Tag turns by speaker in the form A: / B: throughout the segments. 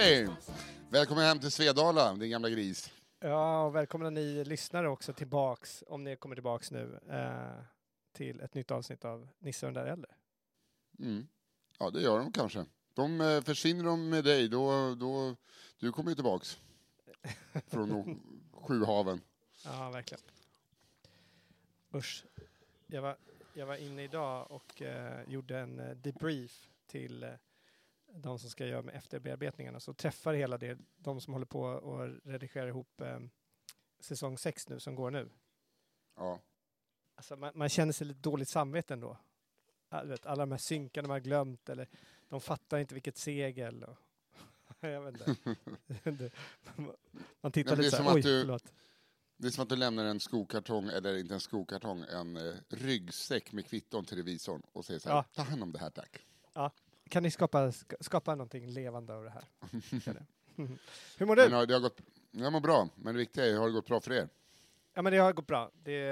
A: Hej! Välkommen hem till Svedala, din gamla gris.
B: Ja, och välkomna ni lyssnare också tillbaks, om ni kommer tillbaks nu, till ett nytt avsnitt av Nisse och den där äldre.
A: Mm. Ja, det gör de kanske. Försvinner de med dig, då du kommer ju tillbaks från de 7 haven.
B: Ja, verkligen. Usch. Jag var inne idag och gjorde en debrief till de som ska göra med efterbearbetningarna. Så träffar hela det, de som håller på och redigerar ihop säsong 6 nu, som går nu.
A: Ja.
B: Alltså man känner sig lite dåligt samvete ändå. Alla de här synkarna man har glömt, eller de fattar inte vilket segel. Och, jag vet inte. Man tittar lite så här, förlåt.
A: Det är som att du lämnar en skokartong, eller inte en skokartong, en ryggsäck med kvitton till revisorn och säger så här, ta hand om det här, tack.
B: Ja, kan ni skapa någonting levande av det här? Hur mår du?
A: Jag mår bra, men det viktiga är, har det gått bra för er?
B: Ja, men det har gått bra. Det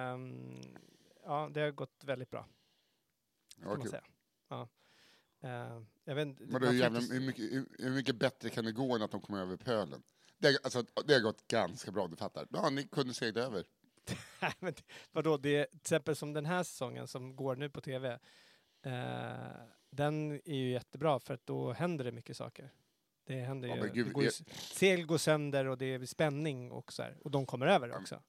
B: har gått väldigt bra.
A: Ja, kul.
B: Säga. Ja. Jag vet inte,
A: men hur mycket bättre kan det gå än att de kommer över pölen? Det har gått ganska bra, du fattar. Ja, ni kunde segla över.
B: Men vadå, det till exempel som den här säsongen som går nu på tv. Den är ju jättebra, för att då händer det mycket saker. Det händer ju. Segel går sönder och det är spänning och så här. Och de kommer över också.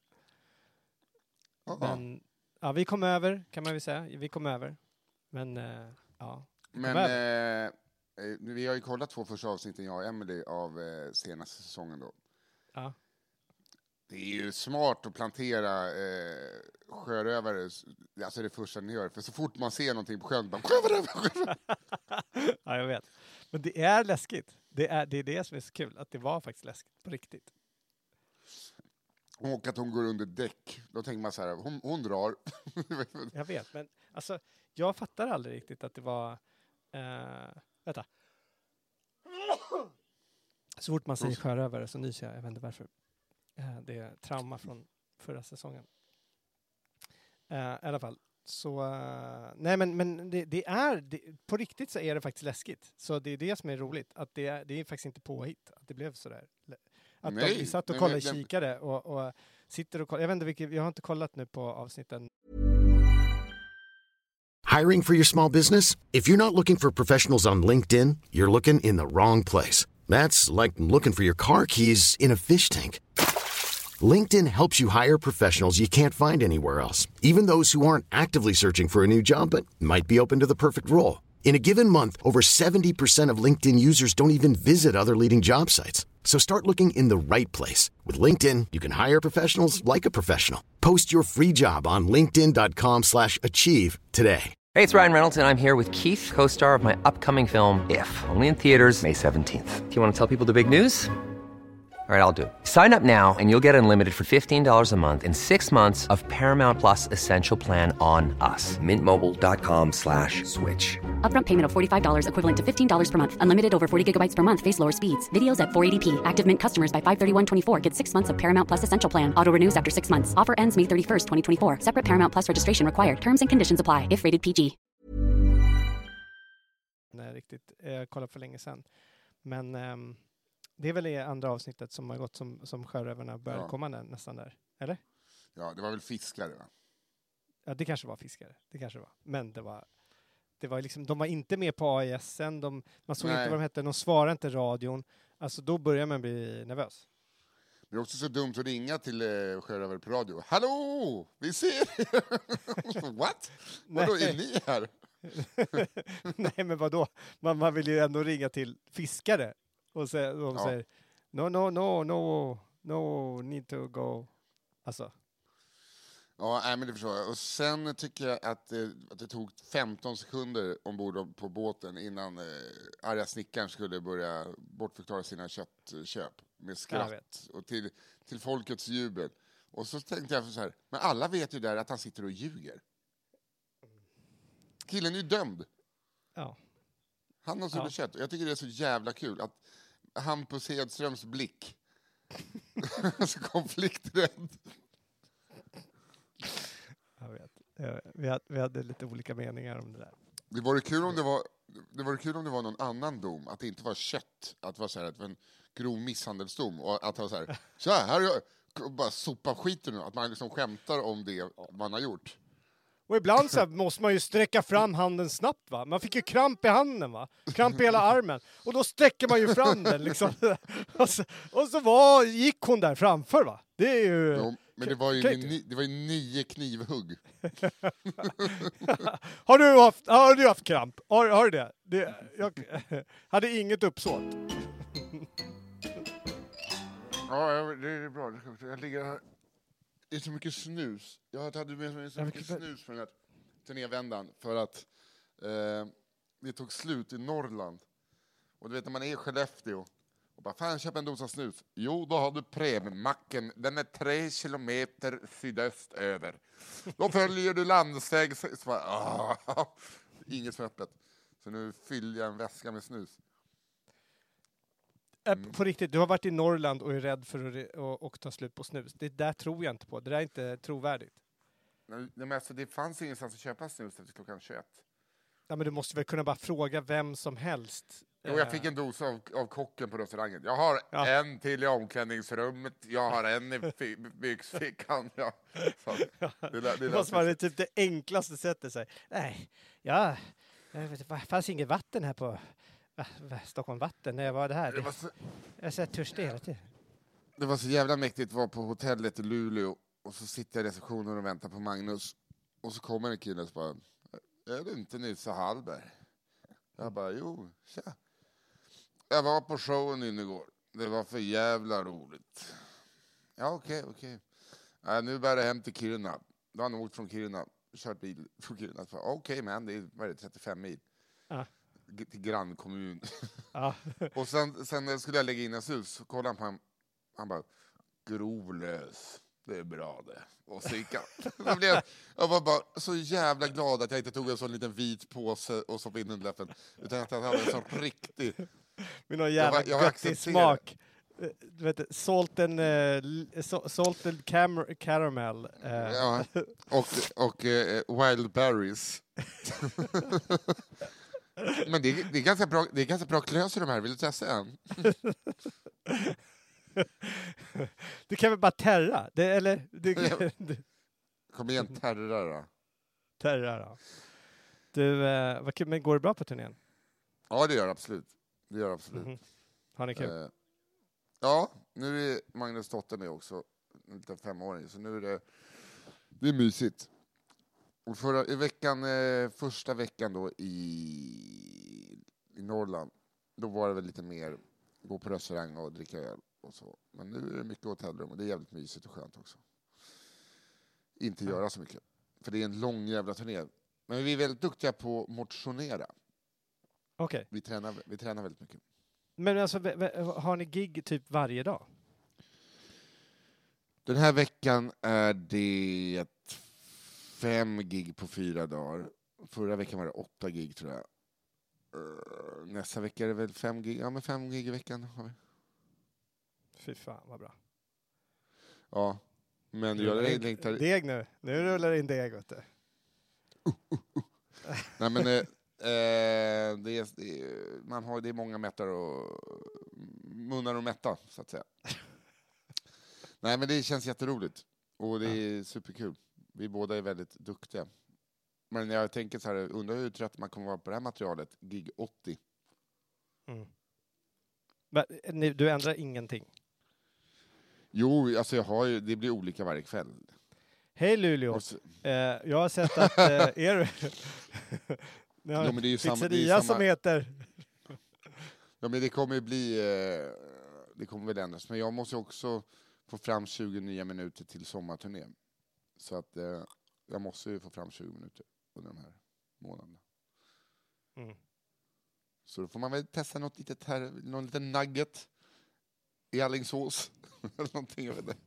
B: Men ja, vi kom över, kan man väl säga. Vi kom över. Men ja.
A: Vi har ju kollat 2 första avsnitten, jag och Emily, av senaste säsongen då.
B: Ja.
A: Det är ju smart att plantera sjörövare, alltså det första ni gör. För så fort man ser någonting på sjön, bara sjörövare.
B: Ja, jag vet. Men det är läskigt. Det är det som är så kul, att det var faktiskt läskigt på riktigt.
A: Och att hon går under däck. Då tänker man så här, hon drar.
B: Jag vet, men alltså, jag fattar aldrig riktigt att det var... Vänta. Så fort man säger sjörövare så nyser jag vet inte varför. Det är trauma från förra säsongen. I alla fall. Så, nej men det är, på riktigt så är det faktiskt läskigt. Så det är det som är roligt. Att det är faktiskt inte påhitt. Att det blev sådär. Att vi satt och kollade, kikade och sitter och kollade. Jag vet inte vilket, jag har inte kollat nu på avsnitten.
C: Hiring for your small business? If you're not looking for professionals on LinkedIn, you're looking in the wrong place. That's like looking for your car keys in a fish tank. LinkedIn helps you hire professionals you can't find anywhere else, even those who aren't actively searching for a new job but might be open to the perfect role. In a given month, over 70% of LinkedIn users don't even visit other leading job sites. So start looking in the right place. With LinkedIn, you can hire professionals like a professional. Post your free job on linkedin.com/achieve today.
D: Hey, it's Ryan Reynolds, and I'm here with Keith, co-star of my upcoming film, If, only in theaters May 17th. Do you want to tell people the big news? All right, I'll do it. Sign up now and you'll get unlimited for $15 a month and 6 months of Paramount Plus Essential Plan on us. MintMobile.com/switch.
E: Upfront payment of $45 equivalent to $15 per month. Unlimited over 40 gigabytes per month. Face lower speeds. Videos at 480p. Active Mint customers by 531.24 get 6 months of Paramount Plus Essential Plan. Auto renews after 6 months. Offer ends May 31st, 2024. Separate Paramount Plus registration required. Terms and conditions apply if rated PG.
B: Nej, riktigt. Jag kollade för länge sedan. Men... det är väl det andra avsnittet som har gått som sjörövarna börjar komma nästan där. Eller?
A: Ja, det var väl fiskare, va?
B: Ja, det kanske var fiskare. Det kanske var. Men det var liksom, de var inte med på AISen. Man såg inte vad de hette. De svarade inte radion. Alltså då börjar man bli nervös.
A: Det är också så dumt att ringa till sjörövare på radio. Hallå! Vi ser er! What? Vadå, är ni här?
B: Nej, men vadå? Man vill ju ändå ringa till fiskare. Och de säger no, need to go. Alltså.
A: Ja, men det förstår jag. Och sen tycker jag att det tog 15 sekunder ombord på båten innan arga snickaren skulle börja bortförklara sina köttköp med skratt och till folkets jubel. Och så tänkte jag så här, men alla vet ju där att han sitter och ljuger. Killen är ju dömd.
B: Ja.
A: Han har så kött. Jag tycker det är så jävla kul att Hampus Hedströms blick så konflikträdd.
B: Jag vet. Vi hade lite olika meningar om det där.
A: Det vore kul om det var någon annan dom, att det inte var kött, att det var så här, att det var en grov misshandelsdom, och att det var så här är jag, bara sopa skiten nu, att man liksom skämtar om det man har gjort.
B: Och ibland så här måste man ju sträcka fram handen snabbt, va? Man fick ju kramp i handen, va? Kramp i hela armen. Och då sträcker man ju fram den liksom. och så gick hon där framför, va? Det är ju...
A: Jo, men det var ju 9 knivhugg.
B: Har du haft kramp? Har du det? Jag hade inget uppsåt.
A: Ja, det är bra. Jag ligger här. Det är så mycket snus. Jag hade med mig så mycket snus för den här turnévändan. För att det tog slut i Norrland. Och du vet när man är i Skellefteå. Och bara, fan, köp en dosa snus. Jo, då har du Premmacken. Den är 3 kilometer sydöst över. Då följer du landsväg. Så bara, inget som är öppet. Så nu fyller jag en väska med snus.
B: På riktigt, du har varit i Norrland och är rädd för att ta slut på snus. Det där tror jag inte på. Det där är inte trovärdigt.
A: Men alltså, det fanns ingenstans att köpa snus efter klockan 21.
B: Ja, men du måste väl kunna bara fråga vem som helst.
A: Jo, jag fick en dos av kocken på restaurangen. Jag har en till i omklädningsrummet. Jag har en i byxfickan. Ja.
B: Det måste vara typ det enklaste sättet. Så nej, jag vet, det fanns inget vatten här på Stockholm Vatten när jag var där. Jag är så törstig hela tiden.
A: Det var så jävla mäktigt att vara på hotellet i Luleå. Och så sitter jag i receptionen och väntar på Magnus. Och så kommer en kille och bara, är det inte Nisse Hallberg? Jag bara, jo, tja. Jag var på showen igår. Det var för jävla roligt. Ja, okej. Nu bär det hem till Kiruna. Då har han åkt från Kiruna. Kört bil från Kiruna. Okej, men det är 35 mil. Ja. Till grannkommun. Ja. Och sen skulle jag lägga in en sus. Så kollade han på honom. Han bara, grovlös. Det är bra det. Och så gick han. Jag var bara så jävla glad att jag inte tog en sån liten vit påse och så in under läppen. Utan att jag hade en sån riktig...
B: Med någon jävla göttig smak. Du vet, salted caramel.
A: Ja, och wild berries. Men det är ganska bra klöser de här. Vill du testa en?
B: Du kan väl bara terra?
A: Kom igen, terra då.
B: Terra då. Du, men går det bra på turnén?
A: Ja, det gör absolut. Mm-hmm.
B: Har ni kul?
A: Ja, nu är Magnus dotter med också. En liten 5-åring. Så nu är det är mysigt. Och första veckan då i Norrland, då var det väl lite mer gå på restaurang och dricka öl och så. Men nu är det mycket hotellrum och det är jävligt mysigt och skönt också. Inte göra så mycket. För det är en lång jävla turné. Men vi är väldigt duktiga på att motionera.
B: Okej.
A: Vi tränar väldigt mycket.
B: Men alltså, har ni gig typ varje dag?
A: Den här veckan är det 5 gig på 4 dagar. Förra veckan var det 8 gig tror jag. Nästa vecka är det väl 5 gig. Ja, men 5 gig i veckan har vi. Fy
B: fan, vad bra.
A: Ja, men jag längtar...
B: Deg nu. Nu rullar det in deg, vet du.
A: Nej, men det är många mättar och munnar och mätta, så att säga. Nej, men det känns jätteroligt. Och det är superkul. Vi båda är väldigt duktiga. Men jag tänker så här, undrar hur trött man kommer vara på det här materialet. Gig 80.
B: Mm. Men du ändrar ingenting?
A: Jo, alltså det blir olika varje kväll.
B: Hej Luleå. Jag har sett att ni har en pizzeria som heter...
A: Ja, men det kommer bli... det kommer väl ändras. Men jag måste också få fram 20 nya minuter till sommarturnén. Så att jag måste ju få fram 20 minuter under de här månaderna. Mm. Så då får man väl testa någon liten nugget i Alingsås. Eller någonting, jag vet inte.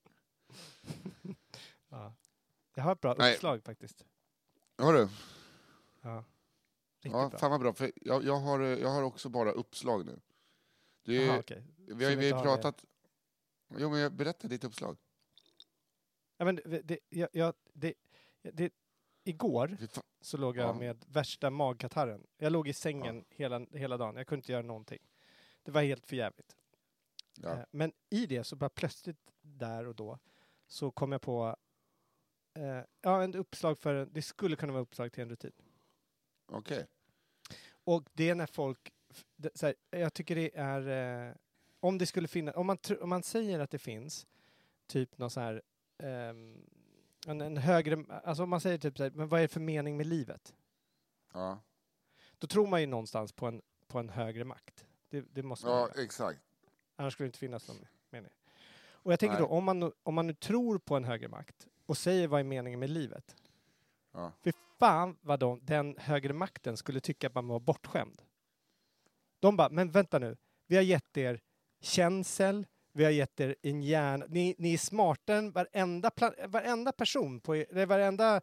B: Ja. Jag har ett bra uppslag faktiskt.
A: Har du?
B: Ja.
A: Ja, fan vad bra. För jag har också bara uppslag nu.
B: Okay.
A: Vi har pratat... Jo, men berätta ditt uppslag.
B: Ja, men igår så låg jag med värsta magkatarren. Jag låg i sängen hela dagen. Jag kunde inte göra någonting. Det var helt förjävligt.
A: Ja.
B: Men i det så bara plötsligt där och då så kom jag på en uppslag det skulle kunna vara uppslag till en rutin.
A: Okej.
B: Och det är när folk så här, jag tycker det är om det skulle finnas, om man säger att det finns typ någon så här en högre, alltså om man säger typ så här, men vad är det för mening med livet?
A: Ja.
B: Då tror man ju någonstans på en högre makt. Det måste man göra.
A: Exakt.
B: Annars skulle det inte finnas någon mening. Och jag tänker då, om man nu tror på en högre makt och säger vad är meningen med livet.
A: Ja.
B: För fan vad den högre makten skulle tycka att man var bortskämd. De bara, men vänta nu. Vi har gett er känsel. Vi har gett er en hjärna. Ni är smartare än varenda person på varenda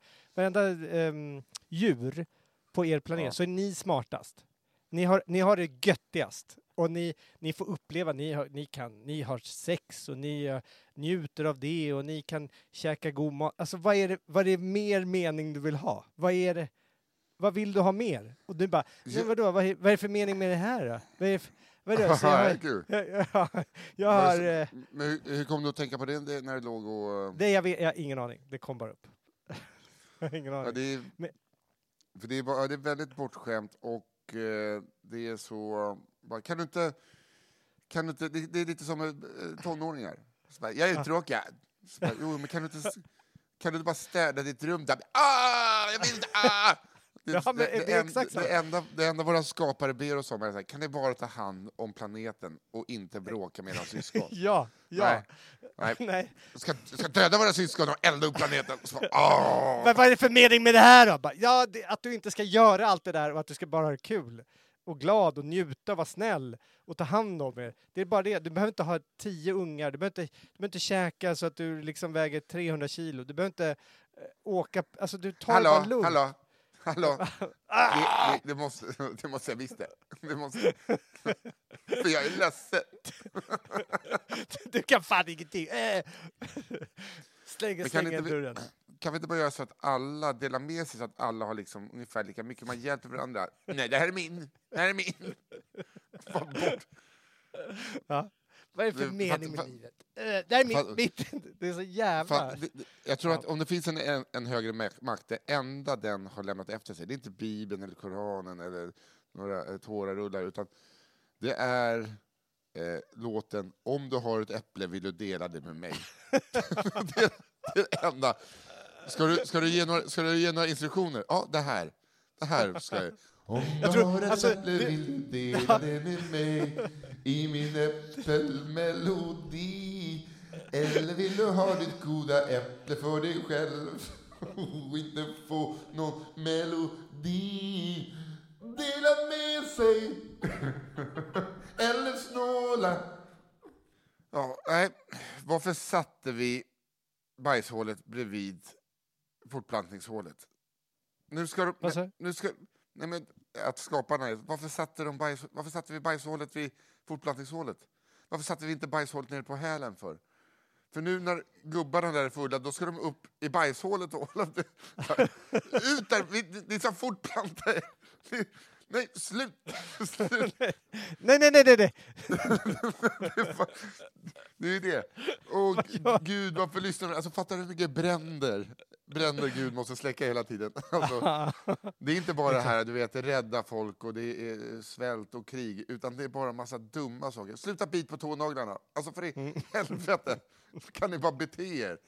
B: djur på er planet. Så är ni smartast. Ni har det göttigast. Och ni får uppleva, ni har sex och ni njuter av det och ni kan käka god mat. Alltså vad är det mer mening du vill ha? Vad vill du ha mer? Och du bara, men vadå, vad är det för mening med det här då?
A: Men hur kom du att tänka på det när det låg och...
B: Jag har ingen aning, det kom bara upp. Jag har ingen aning.
A: Ja, för det är väldigt bortskämt och det är så... Kan du inte, det är lite som tonåringar. Jag är uttråkad. Jo, men kan du inte bara städa ditt rum där? Jag vill inte! Det enda våra skapare ber oss om är så här, kan ni bara ta hand om planeten och inte bråka med era syskon?
B: Ja.
A: Nej. Ska döda våra syskon och elda upp planeten.
B: Men vad är det för mening med det här då? Att du inte ska göra allt det där och att du ska bara ha det kul. Och glad och njuta och vara snäll och ta hand om er. Det är bara det. Du behöver inte ha 10 ungar. Du behöver inte käka så att du liksom väger 300 kilo. Du behöver inte åka... Alltså du tar bara lugnt.
A: Hallå. Det måste jag visst det. För jag är ledsen.
B: Du kan fan ingenting. Släng dörren.
A: Kan vi inte bara göra så att alla delar med sig så att alla har liksom ungefär lika mycket? Man hjälper varandra. Nej, det här är min. Få bort.
B: Ja. Vad är det för mening med livet? Det här är mitt. Det är så jävla...
A: Jag tror att om det finns en högre makt, det enda den har lämnat efter sig, det är inte Bibeln eller Koranen eller några tårarullar, utan det är låten Om du har ett äpple vill du dela det med mig. Det är det enda. Ska du ge några instruktioner? Ja, det här ska jag. Om du har ett äpple vill du dela det med mig i min äppelmelodi. Eller vill du ha ditt goda äpple för dig själv och inte få någon melodi? Dela med sig eller snåla. Ja, nej. Varför satte vi bajshålet bredvid fortplantningshålet? Att skaparna, varför satte vi bajshålet vid fortplantningshålet? Varför satte vi inte bajshålet nere på hälen för? För nu när gubbarna där är fulla, då ska de upp i bajshålet och hålla det. Ut där, det är så fortplanta. Nej, slut.
B: Nej.
A: Det är det. Och Gud, varför lyssnar du? Alltså fattar du hur mycket bränder Gud måste släcka hela tiden? Alltså, det är inte bara det här, du vet, rädda folk och det är svält och krig, utan det är bara en massa dumma saker. Sluta bit på tånaglarna. Alltså för i helvete, kan ni bara bete er?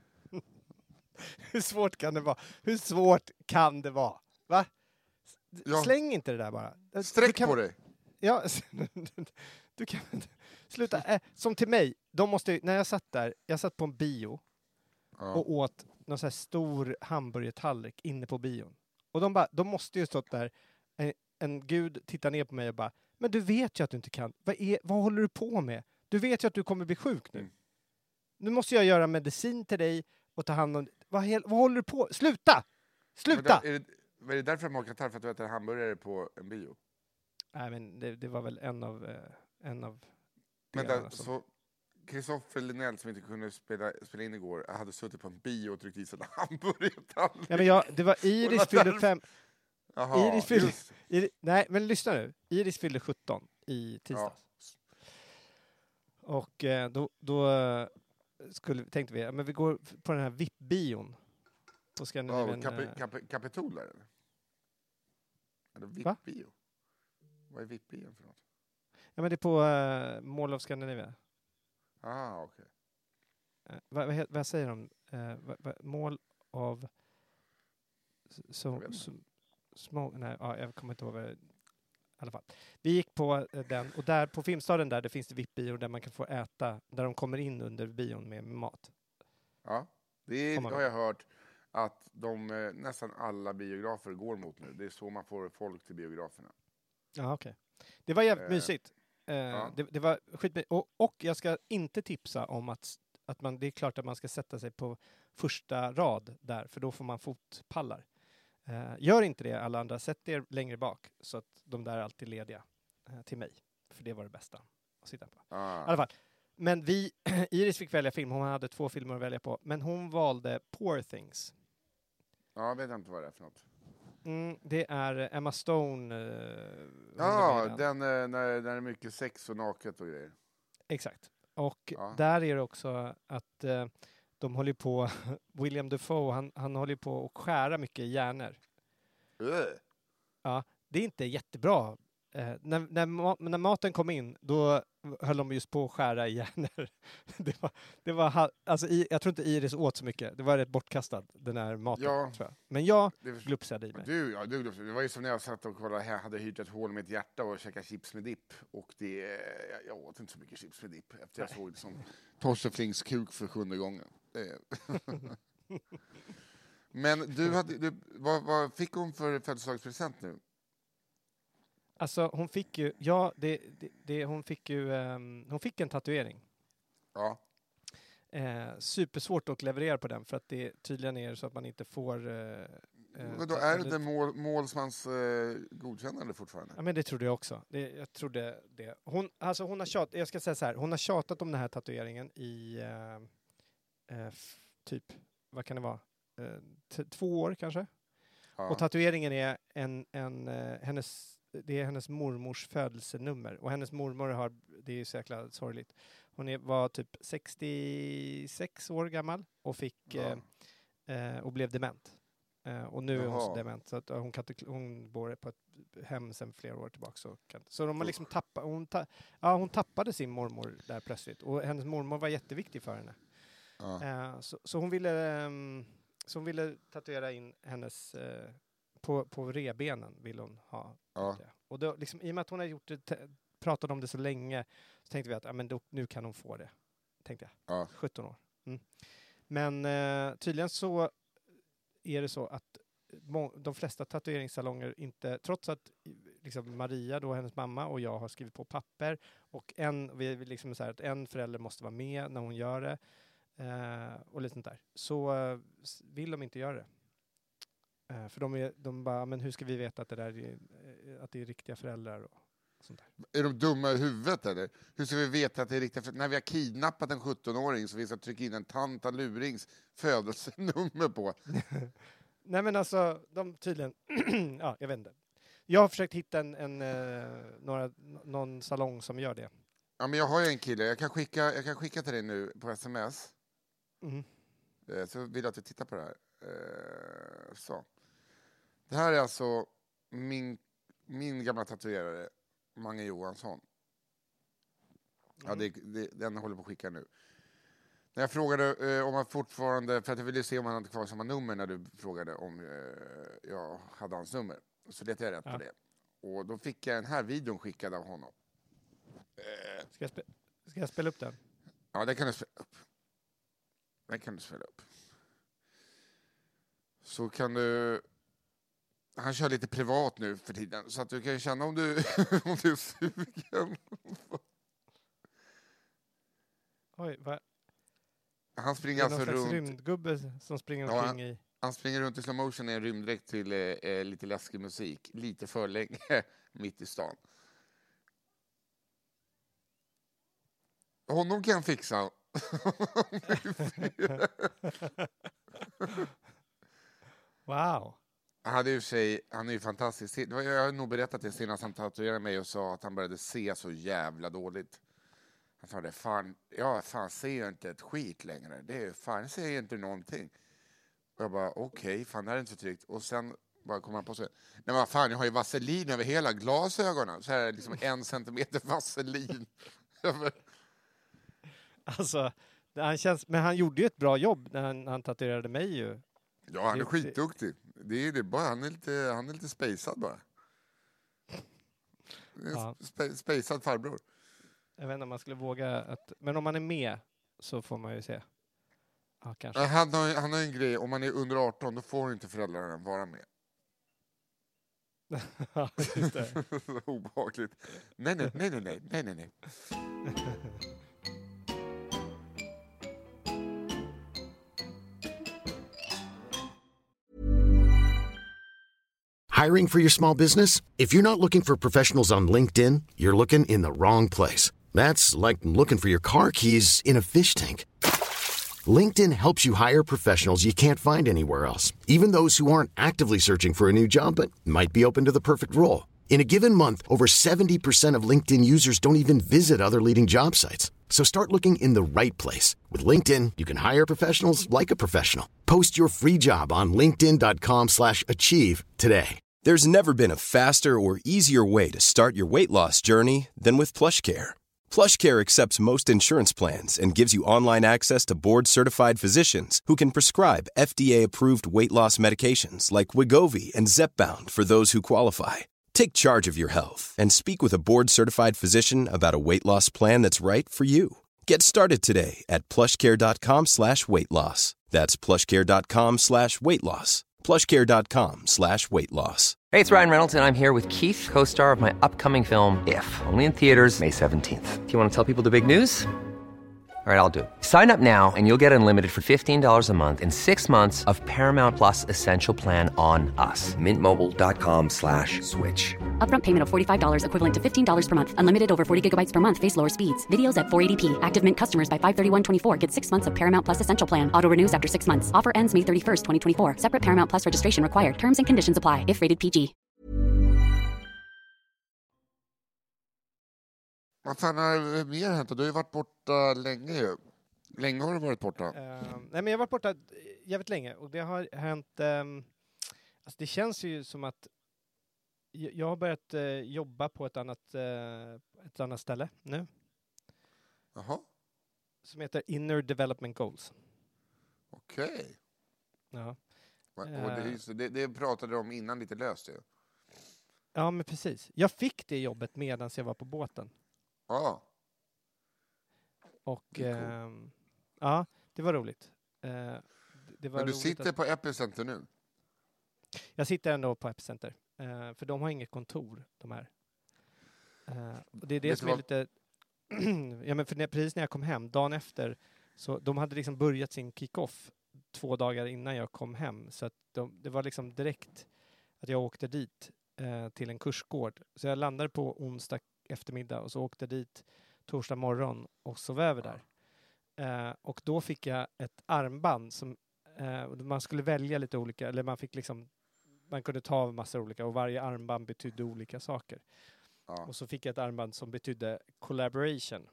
B: Hur svårt kan det vara? Va? Ja. Släng inte det där bara.
A: Sträck på dig.
B: Ja, du kan sluta. Som till mig, när jag satt på en bio och åt någon så här stor hamburgertallrik inne på bion. Och de måste ju stått där, en gud tittar ner på mig och bara, men du vet ju att du inte kan. Vad håller du på med? Du vet ju att du kommer bli sjuk nu. Nu måste jag göra medicin till dig och ta hand om... Vad håller du på? Sluta!
A: Är det därför man kan ta för att du äter hamburgare på en bio?
B: Nej, men det var väl en av
A: men där, så Kristoffer Linell som inte kunde spela in igår hade suttit på en bio och tryckt i sig en hamburgertallrik.
B: Ja, men det var Iris fyllde 5.
A: Jaha,
B: Iris fyllde, nej, men lyssna nu. Iris fyllde 17 i tisdags. Ja. Och då tänkte vi, men vi går på den här VIP-bion. På Scandinavian.
A: Kapitol där eller? Eller VIP-bio? Vad är VIP-bion för något?
B: Ja, men det är på Mall of Scandinavia.
A: Okej.
B: Vad säger de? Mall of... Nej, jag kommer inte ihåg. I alla fall. Vi gick på den, och där på Filmstaden där det finns det VIP-bio där man kan få äta, där de kommer in under bion med mat.
A: Ja, det har jag hört att nästan alla biografer går mot nu. Det är så man får folk till biograferna.
B: Ja, okej. Det var jävligt mysigt. Det var skitmysigt. Och jag ska inte tipsa om att man, det är klart att man ska sätta sig på första rad där, för då får man fotpallar. Gör inte det alla andra. Sätt er längre bak så att de där är alltid lediga till mig. För det var det bästa att sitta på. I alla fall. Men Iris fick välja film. Hon hade 2 filmer att välja på. Men hon valde Poor Things.
A: Ja, jag vet inte vad det är för något.
B: Det är Emma Stone.
A: Den när det är mycket sex och naket och grejer.
B: Exakt. Och där är det också att de håller på, William Dafoe, han håller på att skära mycket hjärnor. Ja, det är inte jättebra. När maten kom in, då höll de just på att skära i hjärnor. Alltså, jag tror inte Iris åt så mycket. Det var rätt bortkastad, den här maten, tror jag. Men jag glupsade i mig.
A: Du glupsade. Det var ju som när jag satt och kollade här, hade hyrt ett hål med ett hjärta och käkade chips med dipp. Och jag åt inte så mycket chips med dipp efter jag såg det som Torsten Flinks kuk för 7:e gången. Men vad fick hon för födelsedagspresent nu?
B: Alltså hon fick ju, hon fick en tatuering.
A: Ja.
B: Supersvårt att leverera på den för att det tydligen är så att man inte får...
A: Men då är det målsmans godkännande fortfarande?
B: Ja, men det trodde jag också. Jag trodde det. Hon har tjatat, jag ska säga så här, hon har tjatat om den här tatueringen i typ, vad kan det vara? 2 år kanske? Ja. Och tatueringen är hennes mormors födelsenummer. Och hennes mormor det är så jäkla sorgligt. Hon var typ 66 år gammal och och blev dement. Och nu är hon så dement så att hon bor på ett hem sedan flera år tillbaka. Så de har liksom hon tappade sin mormor där plötsligt. Och hennes mormor var jätteviktig för henne. Så hon ville tatuera in hennes... På rebenen vill hon ha. Och då, liksom, i och med att hon har pratat om det så länge, så tänkte vi att nu kan hon få det. Tänkte jag. 17 år. Men tydligen så är det så att de flesta tatueringssalonger inte, trots att liksom Maria då, hennes mamma och jag har skrivit på papper och vi liksom så här, att en förälder måste vara med när hon gör det och lite sånt där, så vill de inte göra det. För de bara, men hur ska vi veta att det är riktiga föräldrar och sånt där? Är
A: de dumma i huvudet eller? Hur ska vi veta att det är riktiga föräldrar? När vi har kidnappat en 17-åring så vi ska trycka in en tanta lurings födelsenummer på.
B: Nej men alltså, de tydligen, ja jag vet inte. Jag har försökt hitta någon salong som gör det.
A: Ja men jag har ju en kille, jag kan skicka till dig nu på sms. Så vill jag att du tittar på det här. Så. Det här är alltså min gamla tatuerare Mange Johansson. Ja, den håller på att skicka nu. När jag frågade om han fortfarande, för att jag ville se om han hade kvar samma nummer när du frågade om jag hade hans nummer. Så letade jag rätt på det. Och då fick jag den här videon skickad av honom.
B: Ska jag spela upp den?
A: Ja, det kan du spela upp. Så kan du... Han kör lite privat nu för tiden, så att du kan känna om du är sugen.
B: Oj, vad...
A: Han springer alltså runt...
B: rymdgubbe som springer omkring i...
A: Han springer runt i slow motion i en rymddräkt till lite läskig musik. Lite för länge mitt i stan. Honom kan jag fixa.
B: Wow.
A: Han är ju fantastisk. Jag har nog berättat det senast han tatuerade mig och sa att han började se så jävla dåligt. Han sa det, fan ser jag inte ett skit längre. Fan ser jag inte någonting. Och jag bara, okej, fan det här är inte så tryggt. Och sen bara kom han på sig. Nej men fan, jag har ju vaselin över hela glasögonen. Så här är liksom 1 centimeter vaselin.
B: Alltså, men han gjorde ju ett bra jobb när han tatuerade mig ju.
A: Ja, han är skitduktig. Det är det bara, han är lite spejsad bara.
B: Ja.
A: Spejsad farbror.
B: Jag vet inte om man skulle våga men om man är med så får man ju se. Ja, kanske.
A: Han har en grej, om man är under 18 då får inte föräldrarna vara med.
B: Ja, just det.
A: Så obehagligt. Nej.
C: Hiring for your small business? If you're not looking for professionals on LinkedIn, you're looking in the wrong place. That's like looking for your car keys in a fish tank. LinkedIn helps you hire professionals you can't find anywhere else, even those who aren't actively searching for a new job but might be open to the perfect role. In a given month, over 70% of LinkedIn users don't even visit other leading job sites. So start looking in the right place. With LinkedIn, you can hire professionals like a professional. Post your free job on linkedin.com/achieve today.
F: There's never been a faster or easier way to start your weight loss journey than with PlushCare. PlushCare accepts most insurance plans and gives you online access to board-certified physicians who can prescribe FDA-approved weight loss medications like Wegovy and Zepbound for those who qualify. Take charge of your health and speak with a board-certified physician about a weight loss plan that's right for you. Get started today at plushcare.com/weightloss. That's plushcare.com/weightloss. plushcare.com/weightloss.
D: Hey, it's Ryan Reynolds, and I'm here with Keith, co-star of my upcoming film, If, only in theaters May 17th. Do you want to tell people the big news? All right, I'll do it. Sign up now and you'll get unlimited for $15 a month and 6 months of Paramount Plus Essential Plan on us. Mintmobile.com/switch.
E: Upfront payment of $45 equivalent to $15 per month. Unlimited over 40 gigabytes per month. Face lower speeds. Videos at 480p. Active Mint customers by 531.24 get 6 months of Paramount Plus Essential Plan. Auto renews after 6 months. Offer ends May 31st, 2024. Separate Paramount Plus registration required. Terms and conditions apply if rated PG.
A: Vad fan har mer hänt? Du har ju varit borta länge ju. Länge har du varit borta.
B: Nej, men jag har varit borta jävligt länge och det har hänt... alltså det känns ju som att jag har börjat jobba på ett annat ställe nu.
A: Jaha.
B: Som heter Inner Development Goals.
A: Okej.
B: Ja.
A: Och det pratade du om innan lite löst ju.
B: Ja, men precis. Jag fick det jobbet medan jag var på båten.
A: Ja.
B: Och
A: Cool.
B: ja, det var roligt. Det var
A: Men du
B: roligt
A: sitter på Epicenter nu?
B: Jag sitter ändå på Epicenter. För de har inget kontor, de här. Och det är det som är lite... ja, men precis när jag kom hem, dagen efter, så de hade liksom börjat sin kick-off 2 dagar innan jag kom hem. Så att det var liksom direkt att jag åkte dit till en kursgård. Så jag landade på onsdag eftermiddag och så åkte dit torsdag morgon och sov över där. Och då fick jag ett armband som man skulle välja lite olika, eller man fick liksom, man kunde ta massor olika och varje armband betydde olika saker. Ja. Och så fick jag ett armband som betydde collaboration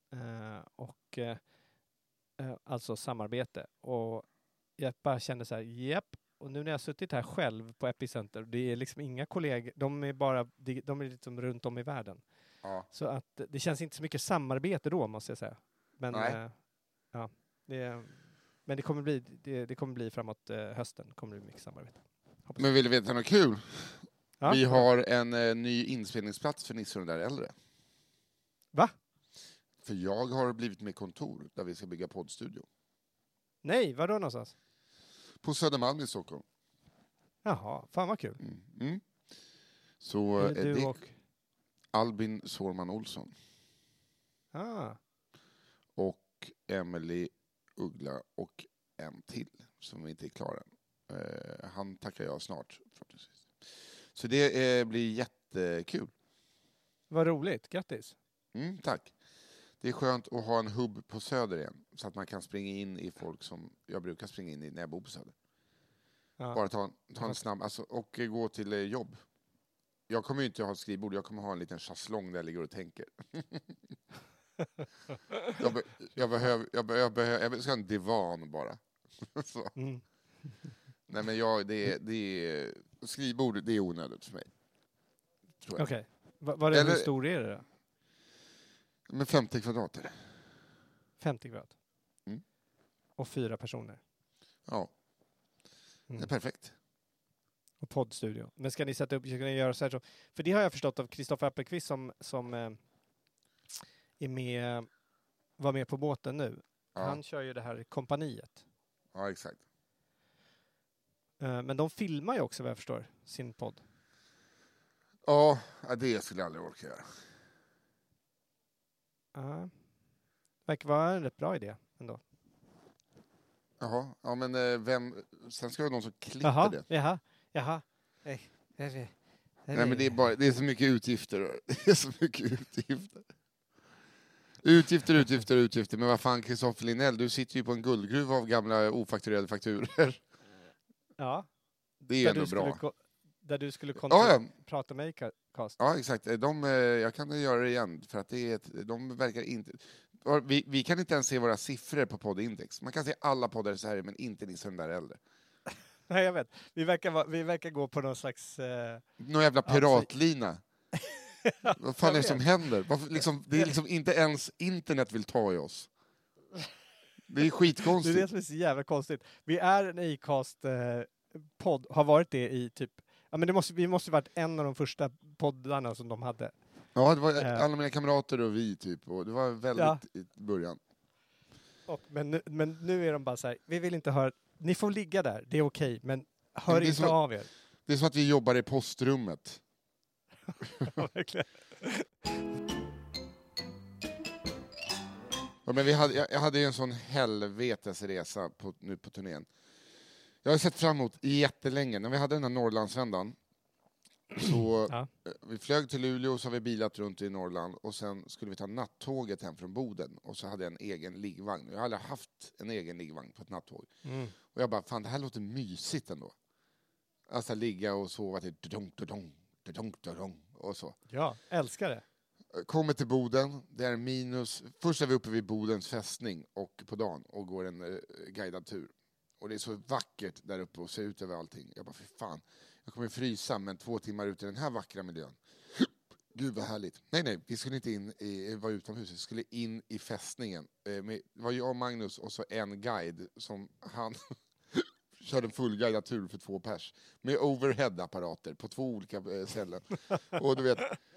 B: alltså samarbete. Och jag bara kände så här, japp. Och nu när jag har suttit här själv på Epicenter, det är liksom inga kollegor, de är liksom runt om i världen. Ja. Så att det känns inte så mycket samarbete då, måste jag säga. Men ja, men det kommer bli framåt hösten, kommer det bli mycket samarbete. Hoppas.
A: Men vill du veta något kul?
B: Ja.
A: Vi har en ny inspelningsplats för Nisse och den där äldre.
B: Va?
A: För jag har blivit med kontor där vi ska bygga poddstudio.
B: Nej, var då någonstans?
A: På Södermalm i Stockholm.
B: Jaha, fan vad kul.
A: Mm. Så
B: är det du och
A: Albin Sårman Olsson. Och Emily Uggla och en till som inte är klar än. Han tackar jag snart förhoppningsvis. Så det blir jättekul.
B: Vad roligt, grattis.
A: Tack. Det är skönt att ha en hubb på Söder igen. Så att man kan springa in i folk som jag brukar springa in i när jag bor på Söder.
B: Ja.
A: Bara ta en snabb, alltså, och gå till jobb. Jag kommer ju inte ha ett skrivbord, jag kommer ha en liten chasslong där jag ligger och tänker. Jag ska ha en divan bara. Så.
B: Mm.
A: Nej men skrivbord, det är onödigt för mig.
B: Okej. Hur stor är det då?
A: Men 50 kvadrater.
B: 50 kvadrat.
A: Mm.
B: Och 4 personer.
A: Ja. Det är perfekt.
B: Och poddstudio. Men ska ni sätta upp, ska ni göra så här så? För det har jag förstått av Kristoffer Appelqvist som var med på båten nu.
A: Ja.
B: Han kör ju det här kompaniet.
A: Ja, exakt.
B: Men de filmar ju också vad jag förstår sin podd.
A: Ja, det skulle jag aldrig orka göra.
B: Ja. Verkar vara en rätt bra idé ändå.
A: Jaha, ja men sen ska det vara någon som klipper det.
B: Jaha.
A: Nej men det är så mycket utgifter. Det är så mycket utgifter. Men vad fan, Kristoffer Linell, du sitter ju på en guldgruva av gamla ofakturerade fakturer.
B: Ja.
A: Det är ändå bra.
B: Där du skulle prata med Acast.
A: Ja, exakt. Jag kan göra det igen, för att de verkar inte... Vi kan inte ens se våra siffror på poddindex. Man kan se alla poddar så här, men inte ni som där äldre.
B: Nej, jag vet. Vi verkar gå på någon slags...
A: Någon jävla piratlina. Vad fan är det som händer? Det är liksom inte ens internet vill ta i oss. Det är skitkonstigt.
B: Det är det som är så jävla konstigt. Vi är en Acast-podd, har varit det i typ... Ja, men vi måste varit en av de första poddarna som de hade.
A: Ja, det var alla mina kamrater och vi typ. Och det var väldigt i början.
B: Men nu är de bara så här, vi vill inte höra... Ni får ligga där, det är okej, men hör inte av er. Det
A: är som att vi jobbar i postrummet.
B: Ja, verkligen.
A: Ja, men jag hade ju en sån helvetesresa nu på turnén. Jag har sett fram emot jättelänge. När vi hade den här Norrlandsvändan så vi flög till Luleå, så har vi bilat runt i Norrland och sen skulle vi ta nattåget hem från Boden och så hade jag en egen liggvagn. Jag har aldrig haft en egen liggvagn på ett nattåg. Och jag bara, fan det här låter mysigt ändå. Alltså ligga och sova till och så.
B: Ja, älskar det.
A: Kommer till Boden, det är minus. Först är vi uppe vid Bodens fästning och på dagen och går en guidad tur. Och det är så vackert där uppe och ser ut över allting. Jag bara, för fan, jag kommer frysa, men 2 timmar ut i den här vackra miljön. Gud vad härligt. Nej, vi skulle inte vara utomhus. Vi skulle in i fästningen. Det var jag och Magnus och så en guide som han körde en fullguidad tur för 2 pers. Med overhead-apparater på 2 olika ställen. Och du vet...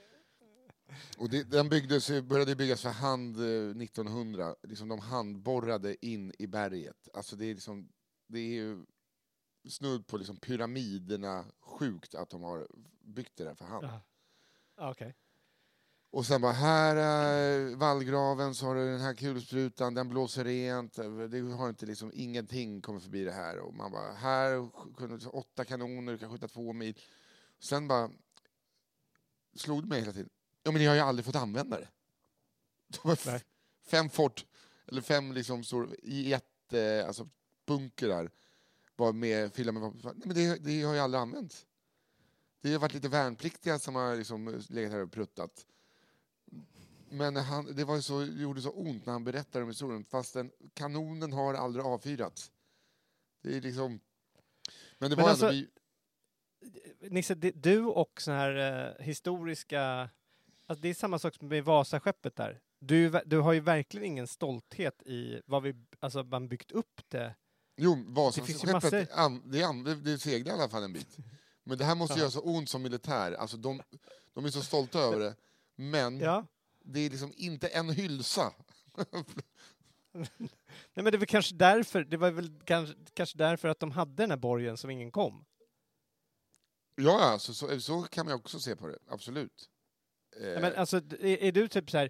A: Och den började byggas för hand 1900. Liksom de handborrade in i berget. Alltså det är ju snudd på liksom pyramiderna, sjukt att de har byggt det där för hand.
B: Okay.
A: Och sen bara här vallgraven, så har du den här kulsprutan, den blåser rent. Det har inte liksom, ingenting kommer förbi det här. Och man bara, här 8 kanoner, du kan skjuta 2 mil. Sen bara slog det mig hela tiden. Ja, men ni har ju aldrig fått använda det. De var 5 fort, eller 5 liksom i alltså bunkrar var med fylla med vapen. Nej, men det har ju aldrig använts. Det har varit lite värnpliktiga som har liksom legat här och pruttat. Men det gjorde så ont när han berättade om historien, fast kanonen har aldrig avfyrats. Det är liksom... Men det var
B: alltså,
A: ändå
B: Nisse, du och så här historiska... Alltså det är samma sak som med Vasaskeppet där. Du har ju verkligen ingen stolthet i vad man byggt upp det.
A: Jo, Vasaskeppet, det seglar i alla fall en bit. Men det här måste göra så ont som militär. Alltså de är så stolta över det. Men det är liksom inte en hylsa.
B: Nej, men det var kanske därför. Det var väl kanske därför att de hade den här borgen som ingen kom.
A: Ja, så kan man också se på det. Absolut.
B: Ja, men alltså, är du typ så här...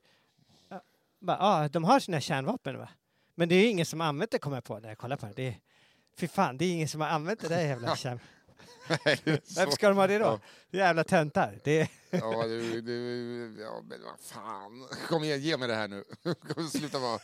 B: de har sina kärnvapen, va? Men det är ingen som har använt det, kommer jag på när jag kollar på det. Fy fan, det är ingen som har använt det där jävla kärnvapen. Varför ska de ha det då?
A: Ja.
B: Jävla töntar. Det
A: Ja, ja, men vad fan. Kom igen, ge mig det här nu. Kom sluta vara...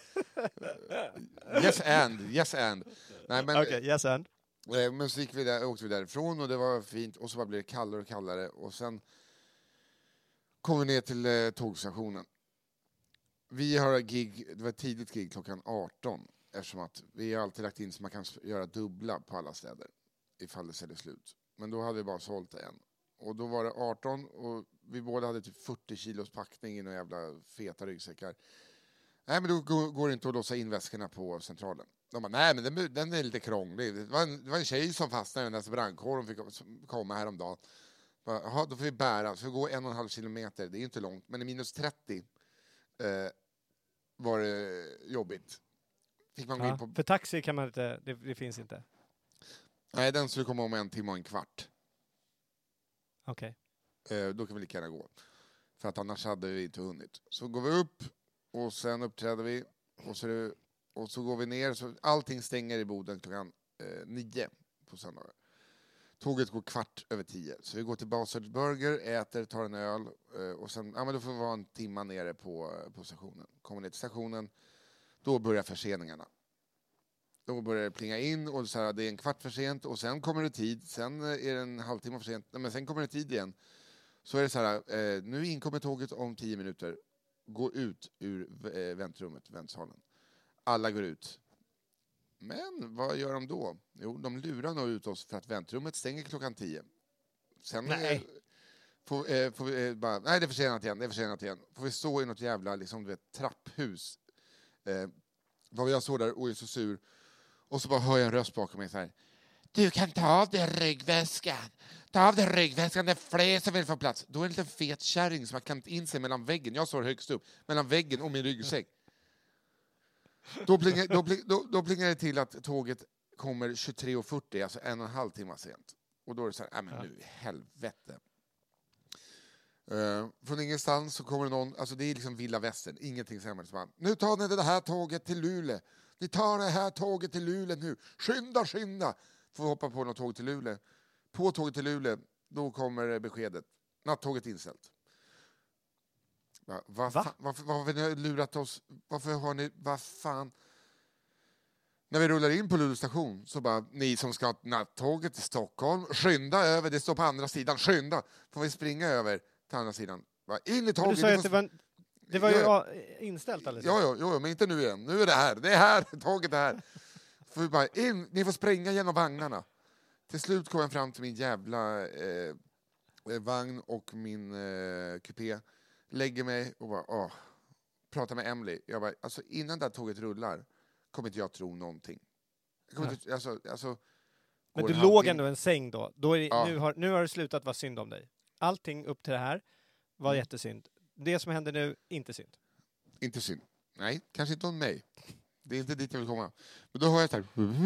A: Yes and. Nej, men,
B: Okej, yes and.
A: men så åkte vi därifrån och det var fint. Och så bara blev det kallare och kallare. Och sen kom vi ner till tågstationen. Vi har gig, det var ett tidigt gig klockan 18. Eftersom att vi har alltid lagt in så man kan göra dubbla på alla städer. Ifall det säljer slut. Men då hade vi bara sålt en. Och då var det 18 och vi båda hade typ 40 kilos packning i några jävla feta ryggsäckar. Nej, men då går det inte att låsa in väskorna på centralen. De bara, nej men den är lite krånglig. Det var en tjej som fastnade när brandkåren fick komma häromdagen. Jaha, då får vi bära. Så vi går 1,5 kilometer. Det är inte långt. Men i minus 30 var det jobbigt. Fick man gå in på...
B: För taxi kan man inte, det finns inte.
A: Nej, den skulle komma om 1 timme och en kvart.
B: Okej.
A: Då kan vi lika gärna gå. För att annars hade vi inte hunnit. Så går vi upp och sen uppträder vi. Och så går vi ner. Så allting stänger i Boden klockan 9 på söndagar. Tåget går 9:15. Så vi går till Basel Burger, äter, tar en öl. Och sen, ja men då får vi vara en timma nere på stationen. Kommer ner till stationen. Då börjar förseningarna. Då börjar det plinga in och så här, det är en kvart för sent och sen kommer det tid. Sen är det en halvtimme för sent. Men sen kommer det tid igen. Så är det så här, nu inkommer tåget om 10 minuter. Gå ut ur väntrummet, väntsalen. Alla går ut. Men vad gör de då? Jo, de lurar nog ut oss för att väntrummet stänger klockan 10. Sen
B: Nej.
A: Får vi bara, nej det är försenat igen. Får vi stå i något jävla liksom, du vet, trapphus. Vad jag står där och är så sur. Och så bara hör jag en röst bakom mig så här. Du kan ta av dig ryggväskan. Ta av dig ryggväskan, det är fler som vill få plats. Då är det en liten fet kärring som har klämt in sig mellan väggen. Jag står högst upp, mellan väggen och min ryggsäck. Då plingar det till att tåget kommer 23:40, alltså 1,5 timme sent. Och då är det så här, men nu i helvete. Från ingenstans så kommer någon, alltså det är liksom vilda västern, ingenting sämre. Så bara, nu tar ni det här tåget till Luleå. Ni tar det här tåget till Luleå nu. Skynda! Får vi hoppa på något tåg till Luleå. På tåget till Luleå, då kommer beskedet. Nattåget inställt. Varför har ni lurat oss? Varför har ni, vad fan? När vi rullar in på Luleå station så bara, ni som ska ha nattåget till Stockholm, skynda över, det står på andra sidan, skynda. Får vi springa över till andra sidan. Bara in i tåget.
B: Du sa att det var ju inställt alldeles.
A: Ja, men inte nu igen. Nu är det här, tåget är här. Får vi bara in, ni får springa genom vagnarna. Till slut kom jag fram till min jävla vagn och min kupé. Lägger mig och bara, pratar med Emily. Jag bara, alltså innan det här tåget rullar kommer inte jag tro någonting.
B: Men du låg ändå en säng då. Nu har det slutat vara synd om dig. Allting upp till det här var jättesynd. Det som händer nu, inte synd.
A: Inte synd. Nej, kanske inte om mig. Det är inte dit jag vill komma. Men då har jag så här.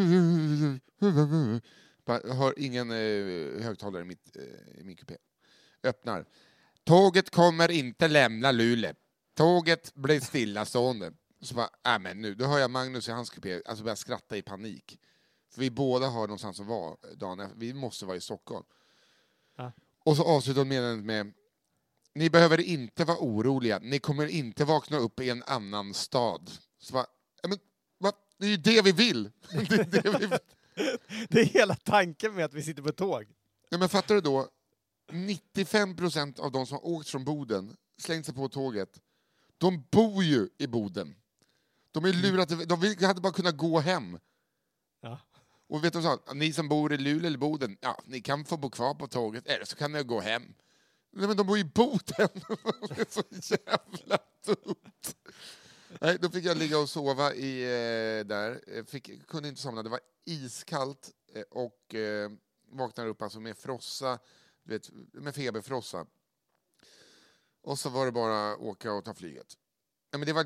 A: Jag har ingen högtalare i min kupé. Öppnar. Tåget kommer inte lämna Luleå. Tåget blir stillastående. Så bara, men nu. Då hör jag Magnus i hans kupé. Alltså börjar skratta i panik. För vi båda har någonstans att vara dagen efter. Vi måste vara i Stockholm. Ja. Och så avslutar hon meddelandet med: ni behöver inte vara oroliga. Ni kommer inte vakna upp i en annan stad. Så bara, det är ju det vi vill.
B: Det är hela tanken med att vi sitter på tåg.
A: Ja, men fattar du då? 95% av de som har åkt från Boden, slängt sig på tåget, de bor ju i Boden. De är lurade. De hade bara kunnat gå hem. Ja. Och vet du vad? Ni som bor i Luleå eller Boden, ni kan få bo kvar på tåget, eller så kan ni gå hem. Nej, men de bor i Boden. Det är så jävla dumt. Nej, då fick jag ligga och sova där. Kunde inte somna. Det var iskallt och vaknade upp alltså med frossa, med feberfrossa. Och så var det bara åka och ta flyget. Ja, men